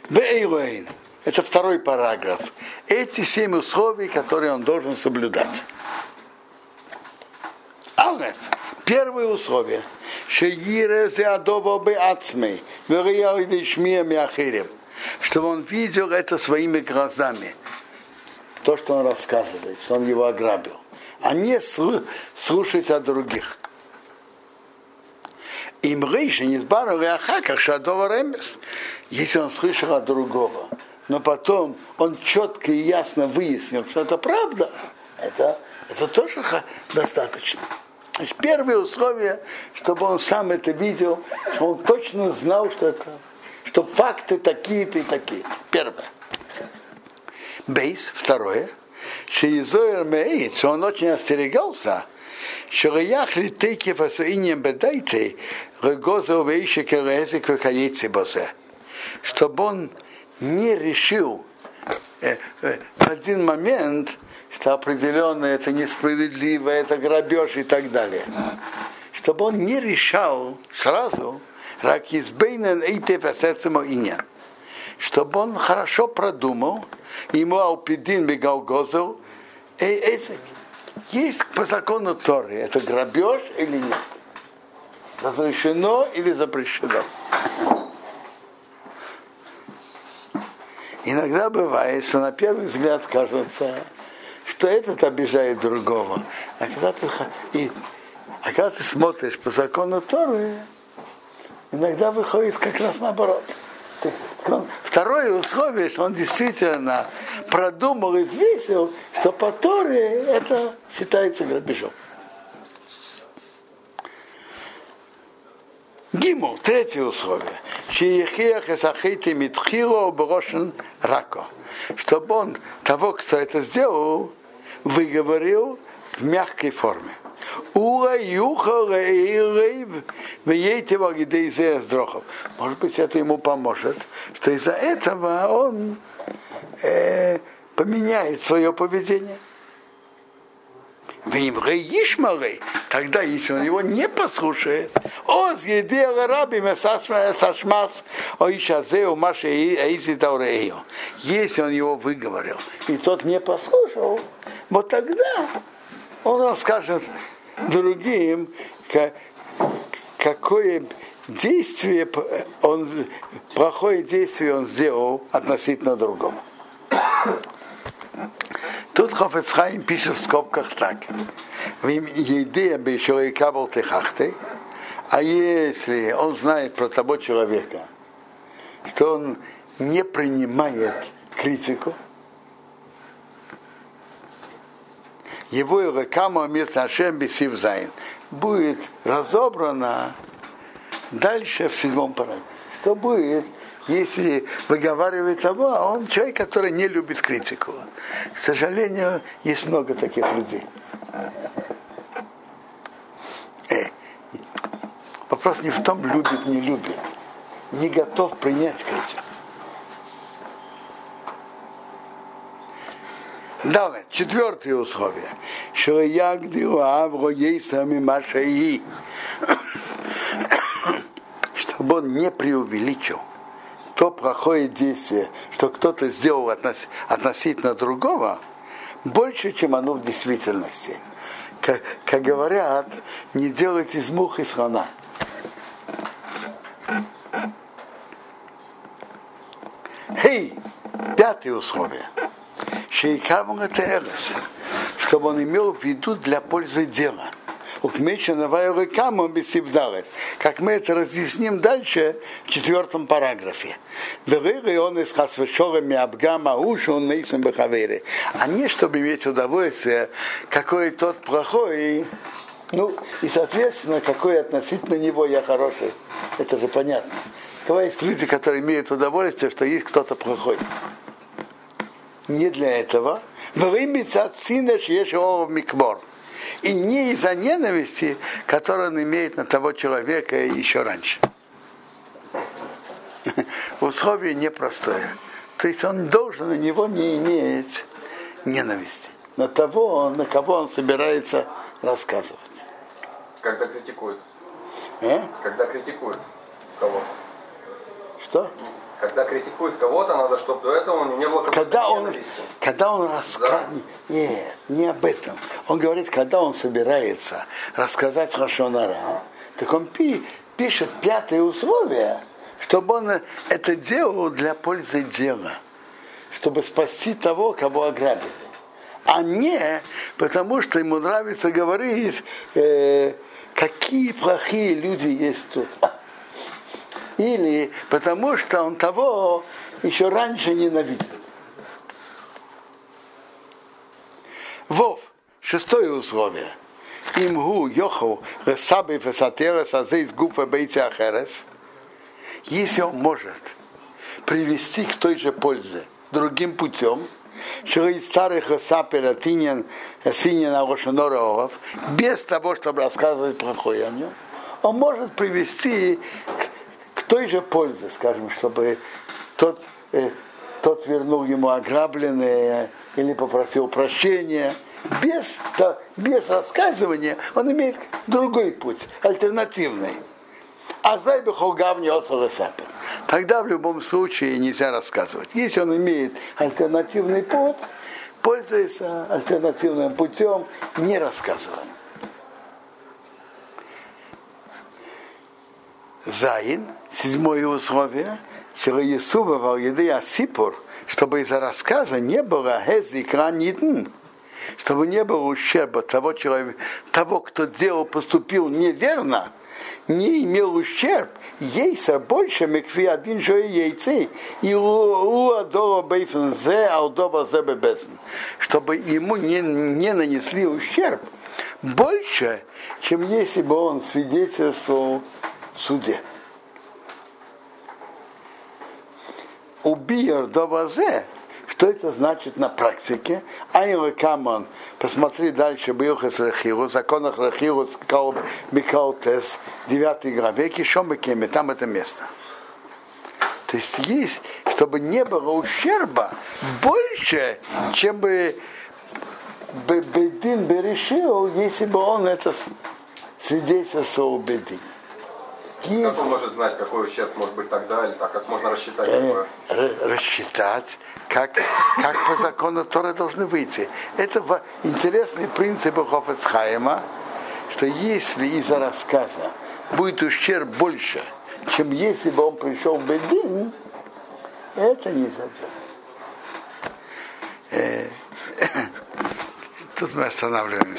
Бейруэйн. Это второй параграф. Эти 7 условий, которые он должен соблюдать. Алеф. Первое условие. Чтобы он видел это своими глазами. То, что он рассказывает, что он его ограбил. А не слушать о других. Если он слышал от другого, но потом он четко и ясно выяснил, что это правда, это тоже достаточно. Значит, первое условие, чтобы он сам это видел, что он точно знал, что факты такие-то и такие. Первое. Бейс. Второе. Что он очень остерегался, чтобы он не решил в один момент, что определенно это несправедливо, это грабеж и так далее. Чтобы он не решал сразу, чтобы он хорошо продумал, ему алпидин бегалгозел, есть по закону Торы, это грабеж или нет? Разрешено или запрещено? Иногда бывает, что на первый взгляд кажется, что этот обижает другого. А когда ты смотришь по закону Торы, иногда выходит как раз наоборот. Второе условие, что он действительно продумал и взвесил, что по Торе это считается грабежом. Гимл, третье условие. Чтобы он того, кто это сделал, выговорил в мягкой форме. Может быть, это ему поможет, что из-за этого он поменяет свое поведение. Тогда, если он его не послушает, если он его выговорил, и тот не послушал, вот тогда он расскажет другим, какое действие плохое действие он сделал относительно другому. Тут Хафец Хаим пишет в скобках так. А если он знает про того человека, что он не принимает критику, его Иракама Мирташем Бесив Зайн будет разобрано дальше в 7 параграфе. Что будет, если выговаривает того, а он человек, который не любит критику. К сожалению, есть много таких людей. Вопрос не в том, любит, не любит. Не готов принять критику. Далее, 4 условие. Чтобы он не преувеличил то плохое действие, что кто-то сделал относительно другого, больше, чем оно в действительности. Как говорят, не делать из мух и слона. Хей, 5 условие. Чтобы он имел в виду для пользы дела. Как мы это разъясним дальше в 4 параграфе. А не чтобы иметь удовольствие, какой тот плохой, и соответственно, какой относительно него я хороший. Это же понятно. Есть люди, которые имеют удовольствие, что есть кто-то плохой. Не для этого. И не из-за ненависти, которую он имеет на того человека еще раньше. Условие непростое. То есть он должен на него не иметь ненависти. На того, на кого он собирается рассказывать. Когда критикуют. Когда критикуют кого? Что? Когда критикует кого-то, надо, чтобы до этого у него не было какой-то ненависти. Когда он рассказывает... Нет, не об этом. Он говорит, когда он собирается рассказать лашон ара, так он пишет 5-е условие, чтобы он это делал для пользы дела, чтобы спасти того, кого ограбили. А не потому, что ему нравится говорить, какие плохие люди есть тут. Или потому, что он того еще раньше ненавидит. Вов, 6-е условие. Имгу йоху ресабы фесатерес азейс гуфа бейца ахерес. Если он может привести к той же пользе другим путем, без того, чтобы рассказывать плохое о нем, он может привести к той же пользе, скажем, чтобы тот вернул ему ограбленное или попросил прощения. Без рассказывания он имеет другой путь, альтернативный. А тогда в любом случае нельзя рассказывать. Если он имеет альтернативный путь, пользуется альтернативным путем, не рассказываем. Заин, 7-е условие, чтобы из-за рассказа не было чтобы не было ущерба того человека, того, кто поступил неверно, не имел ущерб, ейса больше мекви один же яйцы, и у адова бейфен зе алдова зе бебезн, чтобы ему не нанесли ущерб больше, чем если бы он свидетельствовал в суде. Убий алдова зе. Что это значит на практике? Айла Камон, посмотри дальше, Билхас Рахилу, законах Рахилу, Микалтес, 9 главе, Кишомбекеме, там это место. То есть, чтобы не было ущерба больше, чем бы Бедин бы решил, если бы он это свидетельствовал Бедин. Как он может знать, какой ущерб может быть тогда, или так, как можно рассчитать? Рассчитать, как по закону Торы должны выйти. Это интересный принцип Хофец Хаима, что если из-за рассказа будет ущерб больше, чем если бы он пришел в Бедин, это нельзя делать. Тут мы останавливаемся.